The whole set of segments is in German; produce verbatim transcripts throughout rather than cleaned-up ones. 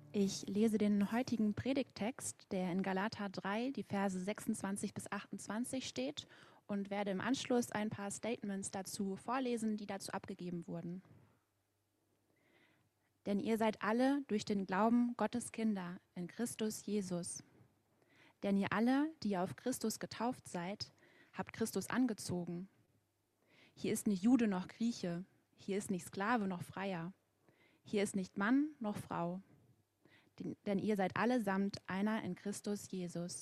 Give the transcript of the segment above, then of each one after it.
Ich lese den heutigen Predigttext, der in Galater drei, die Verse sechsundzwanzig bis achtundzwanzig steht, und werde im Anschluss ein paar Statements dazu vorlesen, die dazu abgegeben wurden. Denn ihr seid alle durch den Glauben Gottes Kinder in Christus Jesus. Denn ihr alle, die ihr auf Christus getauft seid, habt Christus angezogen. Hier ist nicht Jude noch Grieche, hier ist nicht Sklave noch Freier, hier ist nicht Mann noch Frau. Denn ihr seid allesamt einer in Christus Jesus.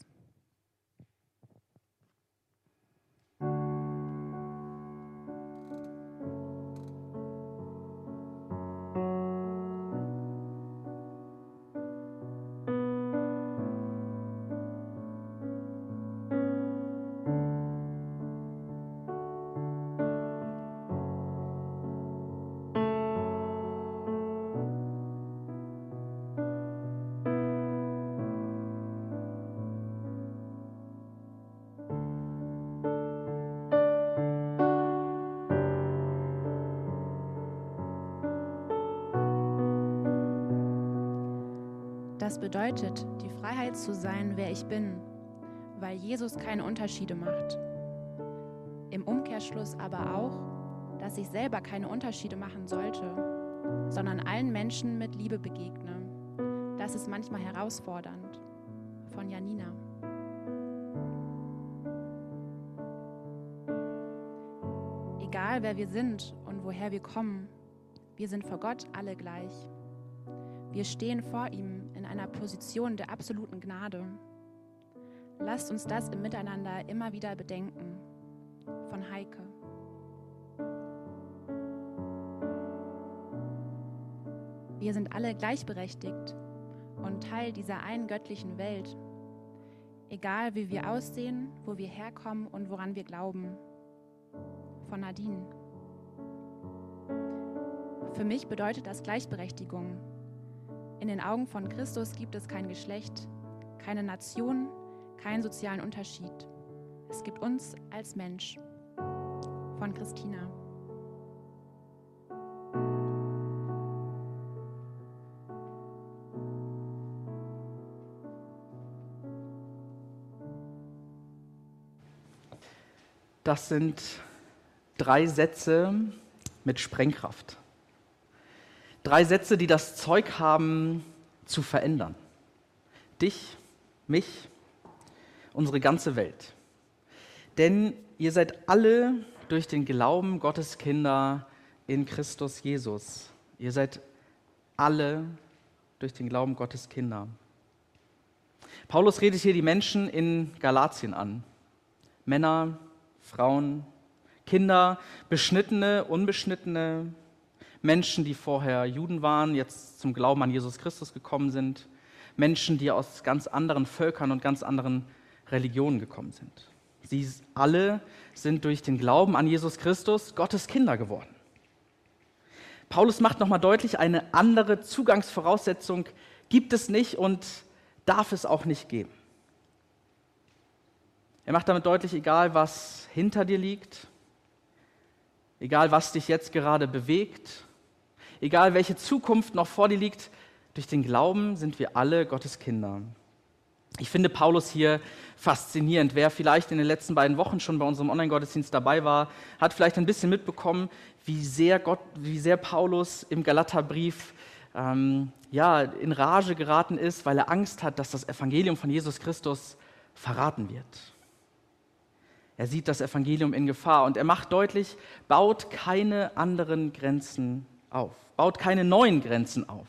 Das bedeutet, die Freiheit zu sein, wer ich bin, weil Jesus keine Unterschiede macht. Im Umkehrschluss aber auch, dass ich selber keine Unterschiede machen sollte, sondern allen Menschen mit Liebe begegne. Das ist manchmal herausfordernd. Von Janina. Egal wer wir sind und woher wir kommen, wir sind vor Gott alle gleich. Wir stehen vor ihm in einer Position der absoluten Gnade. Lasst uns das im Miteinander immer wieder bedenken. Von Heike. Wir sind alle gleichberechtigt und Teil dieser einen göttlichen Welt. Egal wie wir aussehen, wo wir herkommen und woran wir glauben. Von Nadine. Für mich bedeutet das Gleichberechtigung. In den Augen von Christus gibt es kein Geschlecht, keine Nation, keinen sozialen Unterschied. Es gibt uns als Mensch. Von Christina. Das sind drei Sätze mit Sprengkraft. Drei Sätze, die das Zeug haben, zu verändern. Dich, mich, unsere ganze Welt. Denn ihr seid alle durch den Glauben Gottes Kinder in Christus Jesus. Ihr seid alle durch den Glauben Gottes Kinder. Paulus redet hier die Menschen in Galatien an. Männer, Frauen, Kinder, Beschnittene, Unbeschnittene, Menschen, die vorher Juden waren, jetzt zum Glauben an Jesus Christus gekommen sind, Menschen, die aus ganz anderen Völkern und ganz anderen Religionen gekommen sind. Sie alle sind durch den Glauben an Jesus Christus Gottes Kinder geworden. Paulus macht nochmal deutlich, eine andere Zugangsvoraussetzung gibt es nicht und darf es auch nicht geben. Er macht damit deutlich, egal was hinter dir liegt, egal was dich jetzt gerade bewegt, egal welche Zukunft noch vor dir liegt, durch den Glauben sind wir alle Gottes Kinder. Ich finde Paulus hier faszinierend. Wer vielleicht in den letzten beiden Wochen schon bei unserem Online-Gottesdienst dabei war, hat vielleicht ein bisschen mitbekommen, wie sehr, Gott, wie sehr Paulus im Galaterbrief ähm, ja, in Rage geraten ist, weil er Angst hat, dass das Evangelium von Jesus Christus verraten wird. Er sieht das Evangelium in Gefahr und er macht deutlich, baut keine anderen Grenzen auf, baut keine neuen Grenzen auf.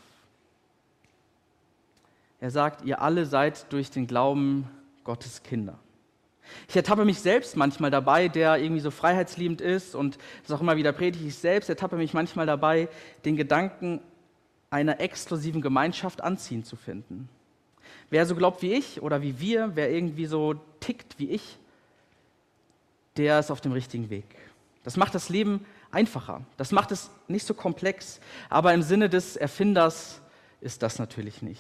Er sagt, ihr alle seid durch den Glauben Gottes Kinder. Ich ertappe mich selbst manchmal dabei, der irgendwie so freiheitsliebend ist und das auch immer wieder predige ich selbst, ertappe mich manchmal dabei, den Gedanken einer exklusiven Gemeinschaft anziehend zu finden. Wer so glaubt wie ich oder wie wir, wer irgendwie so tickt wie ich, der ist auf dem richtigen Weg. Das macht das Leben einfacher, das macht es nicht so komplex, aber im Sinne des Erfinders ist das natürlich nicht.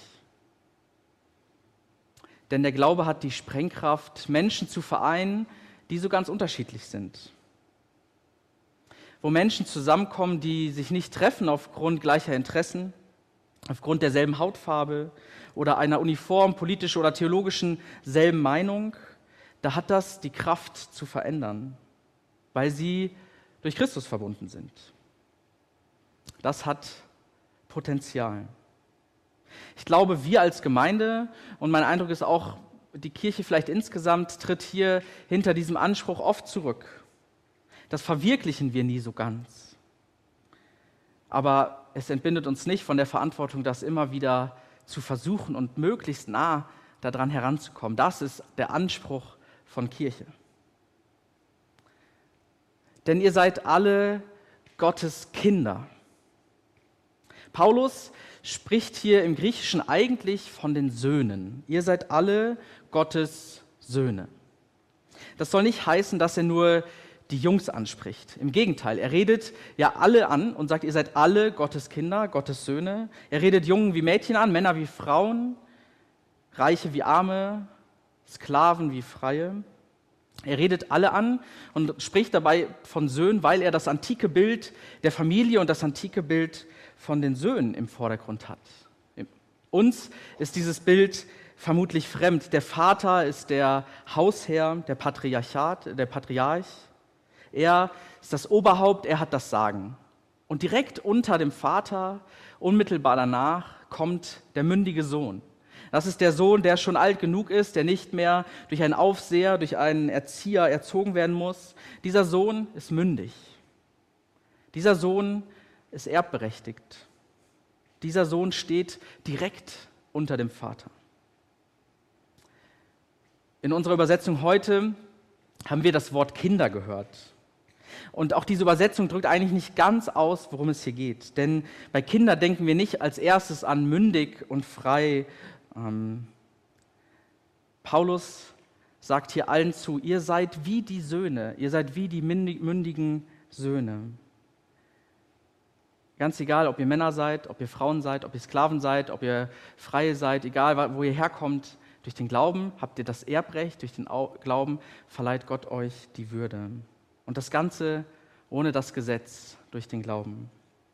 Denn der Glaube hat die Sprengkraft, Menschen zu vereinen, die so ganz unterschiedlich sind. Wo Menschen zusammenkommen, die sich nicht treffen aufgrund gleicher Interessen, aufgrund derselben Hautfarbe oder einer uniform politischen oder theologischen selben Meinung, da hat das die Kraft zu verändern, weil sie durch Christus verbunden sind. Das hat Potenzial. Ich glaube, wir als Gemeinde, und mein Eindruck ist auch, die Kirche vielleicht insgesamt, tritt hier hinter diesem Anspruch oft zurück. Das verwirklichen wir nie so ganz. Aber es entbindet uns nicht von der Verantwortung, das immer wieder zu versuchen und möglichst nah daran heranzukommen. Das ist der Anspruch von Kirche. Denn ihr seid alle Gottes Kinder. Paulus spricht hier im Griechischen eigentlich von den Söhnen. Ihr seid alle Gottes Söhne. Das soll nicht heißen, dass er nur die Jungs anspricht. Im Gegenteil, er redet ja alle an und sagt, ihr seid alle Gottes Kinder, Gottes Söhne. Er redet Jungen wie Mädchen an, Männer wie Frauen, Reiche wie Arme, Sklaven wie Freie. Er redet alle an und spricht dabei von Söhnen, weil er das antike Bild der Familie und das antike Bild von den Söhnen im Vordergrund hat. Uns ist dieses Bild vermutlich fremd. Der Vater ist der Hausherr, der Patriarchat, der Patriarch. Er ist das Oberhaupt, er hat das Sagen. Und direkt unter dem Vater, unmittelbar danach, kommt der mündige Sohn. Das ist der Sohn, der schon alt genug ist, der nicht mehr durch einen Aufseher, durch einen Erzieher erzogen werden muss. Dieser Sohn ist mündig. Dieser Sohn ist erbberechtigt. Dieser Sohn steht direkt unter dem Vater. In unserer Übersetzung heute haben wir das Wort Kinder gehört. Und auch diese Übersetzung drückt eigentlich nicht ganz aus, worum es hier geht. Denn bei Kindern denken wir nicht als erstes an mündig und frei. Ähm, Paulus sagt hier allen zu, ihr seid wie die Söhne, ihr seid wie die mündigen Söhne. Ganz egal, ob ihr Männer seid, ob ihr Frauen seid, ob ihr Sklaven seid, ob ihr Freie seid, egal wo ihr herkommt, durch den Glauben habt ihr das Erbrecht, durch den Glauben verleiht Gott euch die Würde. Und das Ganze ohne das Gesetz, durch den Glauben.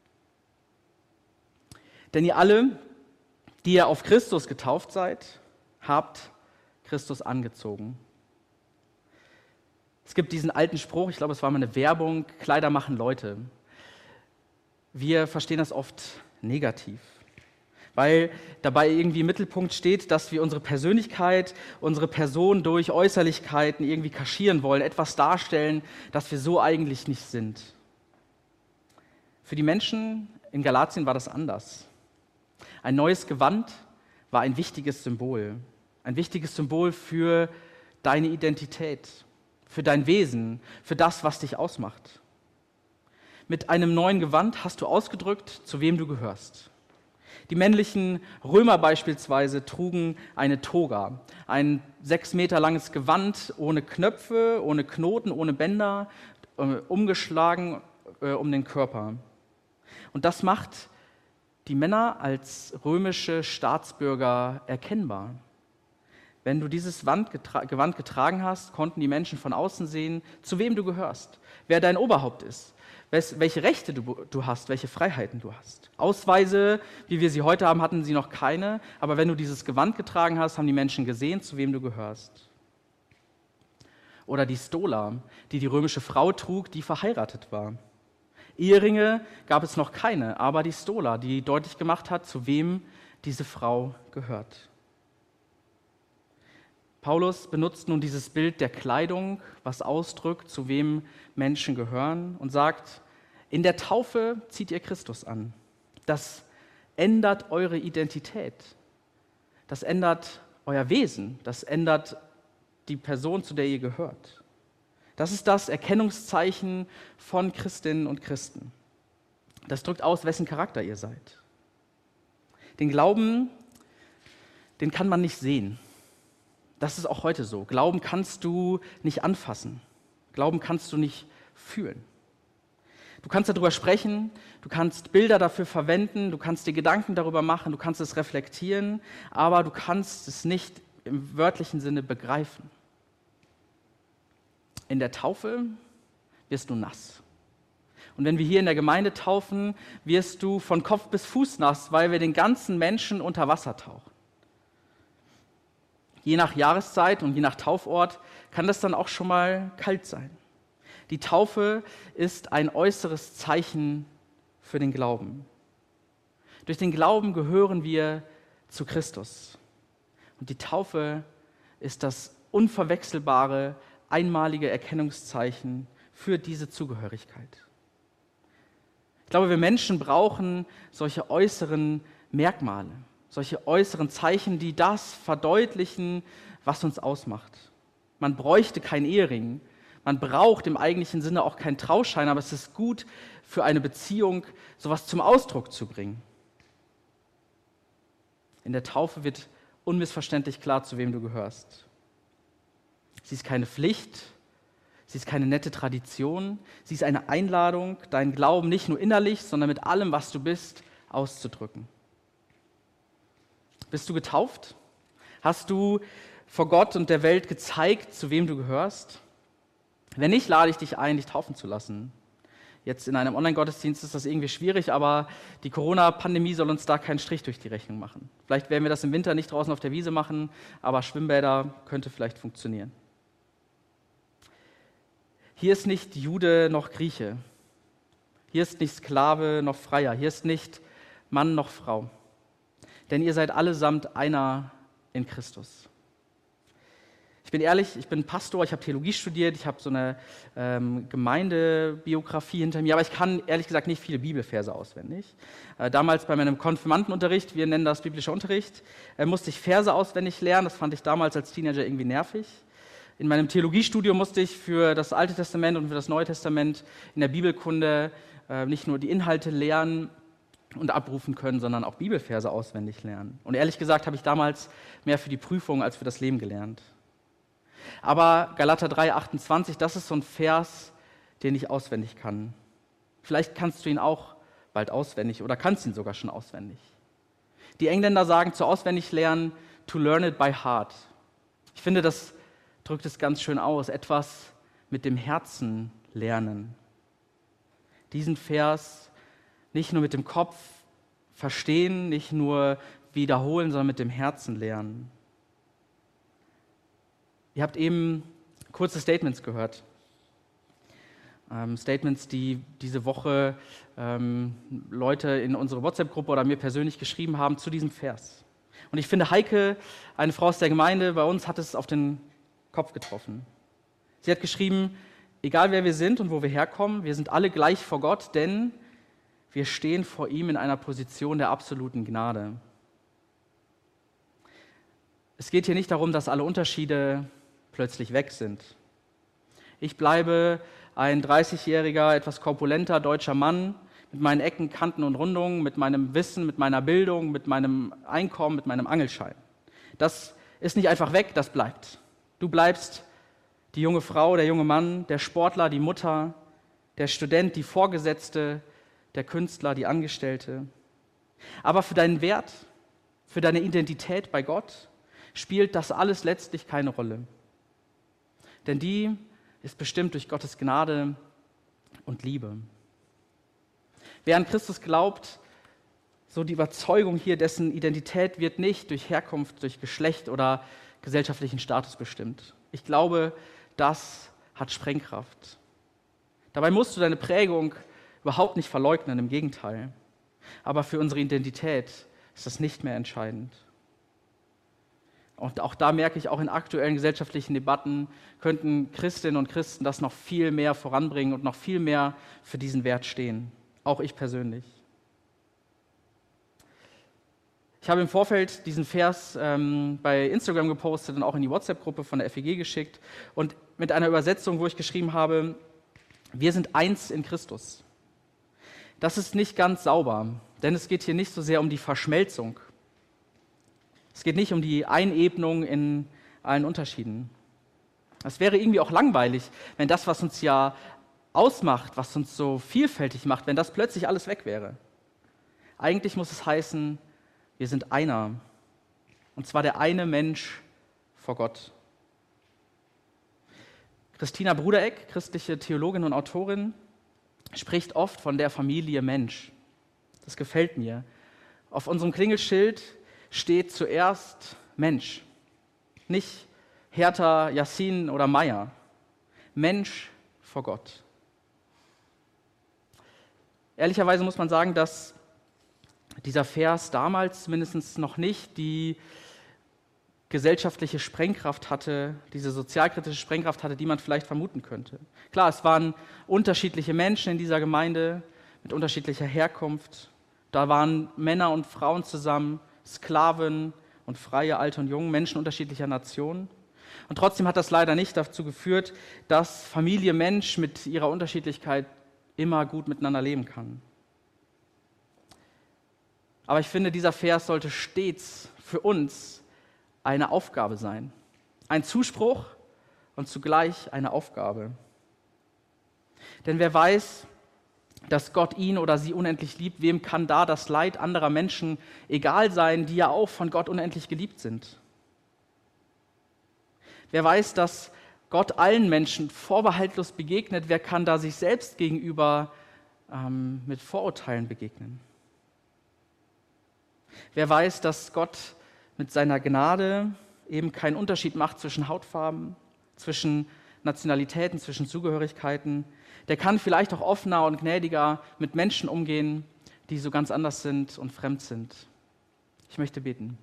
Denn ihr alle, die ihr auf Christus getauft seid, habt Christus angezogen. Es gibt diesen alten Spruch, ich glaube, es war mal eine Werbung, Kleider machen Leute. Wir verstehen das oft negativ, weil dabei irgendwie im Mittelpunkt steht, dass wir unsere Persönlichkeit, unsere Person durch Äußerlichkeiten irgendwie kaschieren wollen, etwas darstellen, das wir so eigentlich nicht sind. Für die Menschen in Galatien war das anders. Ein neues Gewand war ein wichtiges Symbol, ein wichtiges Symbol für deine Identität, für dein Wesen, für das, was dich ausmacht. Mit einem neuen Gewand hast du ausgedrückt, zu wem du gehörst. Die männlichen Römer beispielsweise trugen eine Toga, ein sechs Meter langes Gewand ohne Knöpfe, ohne Knoten, ohne Bänder, umgeschlagen äh, um den Körper. Und das macht die Männer als römische Staatsbürger erkennbar. Wenn du dieses getra- Gewand getragen hast, konnten die Menschen von außen sehen, zu wem du gehörst, wer dein Oberhaupt ist, welche Rechte du, du hast, welche Freiheiten du hast. Ausweise, wie wir sie heute haben, hatten sie noch keine, aber wenn du dieses Gewand getragen hast, haben die Menschen gesehen, zu wem du gehörst. Oder die Stola, die die römische Frau trug, die verheiratet war. Eheringe gab es noch keine, aber die Stola, die deutlich gemacht hat, zu wem diese Frau gehört. Paulus benutzt nun dieses Bild der Kleidung, was ausdrückt, zu wem Menschen gehören, und sagt, in der Taufe zieht ihr Christus an. Das ändert eure Identität. Das ändert euer Wesen. Das ändert die Person, zu der ihr gehört. Das ist das Erkennungszeichen von Christinnen und Christen. Das drückt aus, wessen Charakter ihr seid. Den Glauben, den kann man nicht sehen. Das ist auch heute so. Glauben kannst du nicht anfassen. Glauben kannst du nicht fühlen. Du kannst darüber sprechen, du kannst Bilder dafür verwenden, du kannst dir Gedanken darüber machen, du kannst es reflektieren, aber du kannst es nicht im wörtlichen Sinne begreifen. In der Taufe wirst du nass. Und wenn wir hier in der Gemeinde taufen, wirst du von Kopf bis Fuß nass, weil wir den ganzen Menschen unter Wasser tauchen. Je nach Jahreszeit und je nach Taufort kann das dann auch schon mal kalt sein. Die Taufe ist ein äußeres Zeichen für den Glauben. Durch den Glauben gehören wir zu Christus. Und die Taufe ist das unverwechselbare, einmalige Erkennungszeichen für diese Zugehörigkeit. Ich glaube, wir Menschen brauchen solche äußeren Merkmale, solche äußeren Zeichen, die das verdeutlichen, was uns ausmacht. Man bräuchte keinen Ehering, man braucht im eigentlichen Sinne auch keinen Trauschein, aber es ist gut für eine Beziehung, sowas zum Ausdruck zu bringen. In der Taufe wird unmissverständlich klar, zu wem du gehörst. Sie ist keine Pflicht, sie ist keine nette Tradition, sie ist eine Einladung, deinen Glauben nicht nur innerlich, sondern mit allem, was du bist, auszudrücken. Bist du getauft? Hast du vor Gott und der Welt gezeigt, zu wem du gehörst? Wenn nicht, lade ich dich ein, dich taufen zu lassen. Jetzt in einem Online-Gottesdienst ist das irgendwie schwierig, aber die Corona-Pandemie soll uns da keinen Strich durch die Rechnung machen. Vielleicht werden wir das im Winter nicht draußen auf der Wiese machen, aber Schwimmbäder könnte vielleicht funktionieren. Hier ist nicht Jude noch Grieche. Hier ist nicht Sklave noch Freier. Hier ist nicht Mann noch Frau. Denn ihr seid allesamt einer in Christus. Ich bin ehrlich, ich bin Pastor, ich habe Theologie studiert, ich habe so eine ähm, Gemeindebiografie hinter mir, aber ich kann ehrlich gesagt nicht viele Bibelverse auswendig. Äh, damals bei meinem Konfirmandenunterricht, wir nennen das biblischer Unterricht, äh, musste ich Verse auswendig lernen, das fand ich damals als Teenager irgendwie nervig. In meinem Theologiestudium musste ich für das Alte Testament und für das Neue Testament in der Bibelkunde äh, nicht nur die Inhalte lernen und abrufen können, sondern auch Bibelverse auswendig lernen. Und ehrlich gesagt habe ich damals mehr für die Prüfung als für das Leben gelernt. Aber Galater drei achtundzwanzig, das ist so ein Vers, den ich auswendig kann. Vielleicht kannst du ihn auch bald auswendig oder kannst ihn sogar schon auswendig. Die Engländer sagen zu auswendig lernen, to learn it by heart. Ich finde, das drückt es ganz schön aus, etwas mit dem Herzen lernen. Diesen Vers nicht nur mit dem Kopf verstehen, nicht nur wiederholen, sondern mit dem Herzen lernen. Ihr habt eben kurze Statements gehört. Ähm, Statements, die diese Woche ähm, Leute in unsere WhatsApp-Gruppe oder mir persönlich geschrieben haben zu diesem Vers. Und ich finde, Heike, eine Frau aus der Gemeinde bei uns, hat es auf den Kopf getroffen. Sie hat geschrieben, egal wer wir sind und wo wir herkommen, wir sind alle gleich vor Gott, denn wir stehen vor ihm in einer Position der absoluten Gnade. Es geht hier nicht darum, dass alle Unterschiede plötzlich weg sind. Ich bleibe ein dreißigjähriger, etwas korpulenter deutscher Mann mit meinen Ecken, Kanten und Rundungen, mit meinem Wissen, mit meiner Bildung, mit meinem Einkommen, mit meinem Angelschein. Das ist nicht einfach weg, das bleibt. Du bleibst die junge Frau, der junge Mann, der Sportler, die Mutter, der Student, die Vorgesetzte, der Künstler, die Angestellte. Aber für deinen Wert, für deine Identität bei Gott spielt das alles letztlich keine Rolle. Denn die ist bestimmt durch Gottes Gnade und Liebe. Wer an Christus glaubt, so die Überzeugung hier, dessen Identität wird nicht durch Herkunft, durch Geschlecht oder gesellschaftlichen Status bestimmt. Ich glaube, das hat Sprengkraft. Dabei musst du deine Prägung überhaupt nicht verleugnen, im Gegenteil. Aber für unsere Identität ist das nicht mehr entscheidend. Und auch da merke ich, auch in aktuellen gesellschaftlichen Debatten könnten Christinnen und Christen das noch viel mehr voranbringen und noch viel mehr für diesen Wert stehen. Auch ich persönlich. Ich habe im Vorfeld diesen Vers ähm, bei Instagram gepostet und auch in die WhatsApp-Gruppe von der F E G geschickt und mit einer Übersetzung, wo ich geschrieben habe, wir sind eins in Christus. Das ist nicht ganz sauber, denn es geht hier nicht so sehr um die Verschmelzung. Es geht nicht um die Einebnung in allen Unterschieden. Es wäre irgendwie auch langweilig, wenn das, was uns ja ausmacht, was uns so vielfältig macht, wenn das plötzlich alles weg wäre. Eigentlich muss es heißen, wir sind einer. Und zwar der eine Mensch vor Gott. Christina Brudereck, christliche Theologin und Autorin, spricht oft von der Familie Mensch. Das gefällt mir. Auf unserem Klingelschild steht zuerst Mensch. Nicht Hertha, Yassin oder Meier. Mensch vor Gott. Ehrlicherweise muss man sagen, dass dieser Vers damals mindestens noch nicht die gesellschaftliche Sprengkraft hatte, diese sozialkritische Sprengkraft hatte, die man vielleicht vermuten könnte. Klar, es waren unterschiedliche Menschen in dieser Gemeinde mit unterschiedlicher Herkunft. Da waren Männer und Frauen zusammen, Sklaven und Freie, Alte und Junge, Menschen unterschiedlicher Nationen. Und trotzdem hat das leider nicht dazu geführt, dass Familie Mensch mit ihrer Unterschiedlichkeit immer gut miteinander leben kann. Aber ich finde, dieser Vers sollte stets für uns eine Aufgabe sein. Ein Zuspruch und zugleich eine Aufgabe. Denn wer weiß, dass Gott ihn oder sie unendlich liebt, wem kann da das Leid anderer Menschen egal sein, die ja auch von Gott unendlich geliebt sind? Wer weiß, dass Gott allen Menschen vorbehaltlos begegnet, wer kann da sich selbst gegenüber ähm, mit Vorurteilen begegnen? Wer weiß, dass Gott mit seiner Gnade eben keinen Unterschied macht zwischen Hautfarben, zwischen Nationalitäten, zwischen Zugehörigkeiten, der kann vielleicht auch offener und gnädiger mit Menschen umgehen, die so ganz anders sind und fremd sind. Ich möchte beten.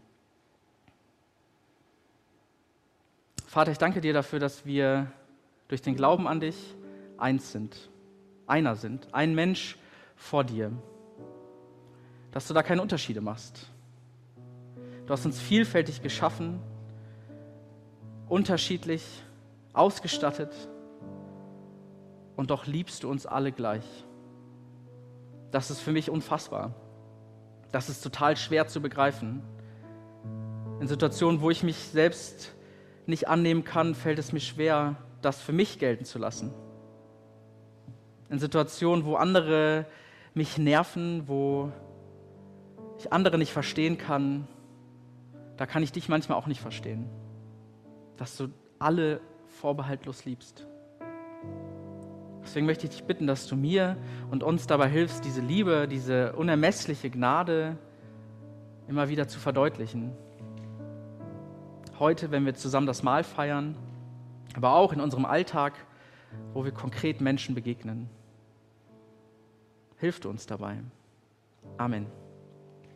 Vater, ich danke dir dafür, dass wir durch den Glauben an dich eins sind, einer sind, ein Mensch vor dir, dass du da keine Unterschiede machst. Du hast uns vielfältig geschaffen, unterschiedlich ausgestattet und doch liebst du uns alle gleich. Das ist für mich unfassbar. Das ist total schwer zu begreifen. In Situationen, wo ich mich selbst nicht annehmen kann, fällt es mir schwer, das für mich gelten zu lassen. In Situationen, wo andere mich nerven, wo ich andere nicht verstehen kann, da kann ich dich manchmal auch nicht verstehen, dass du alle vorbehaltlos liebst. Deswegen möchte ich dich bitten, dass du mir und uns dabei hilfst, diese Liebe, diese unermessliche Gnade immer wieder zu verdeutlichen. Heute, wenn wir zusammen das Mahl feiern, aber auch in unserem Alltag, wo wir konkret Menschen begegnen. Hilf du uns dabei. Amen.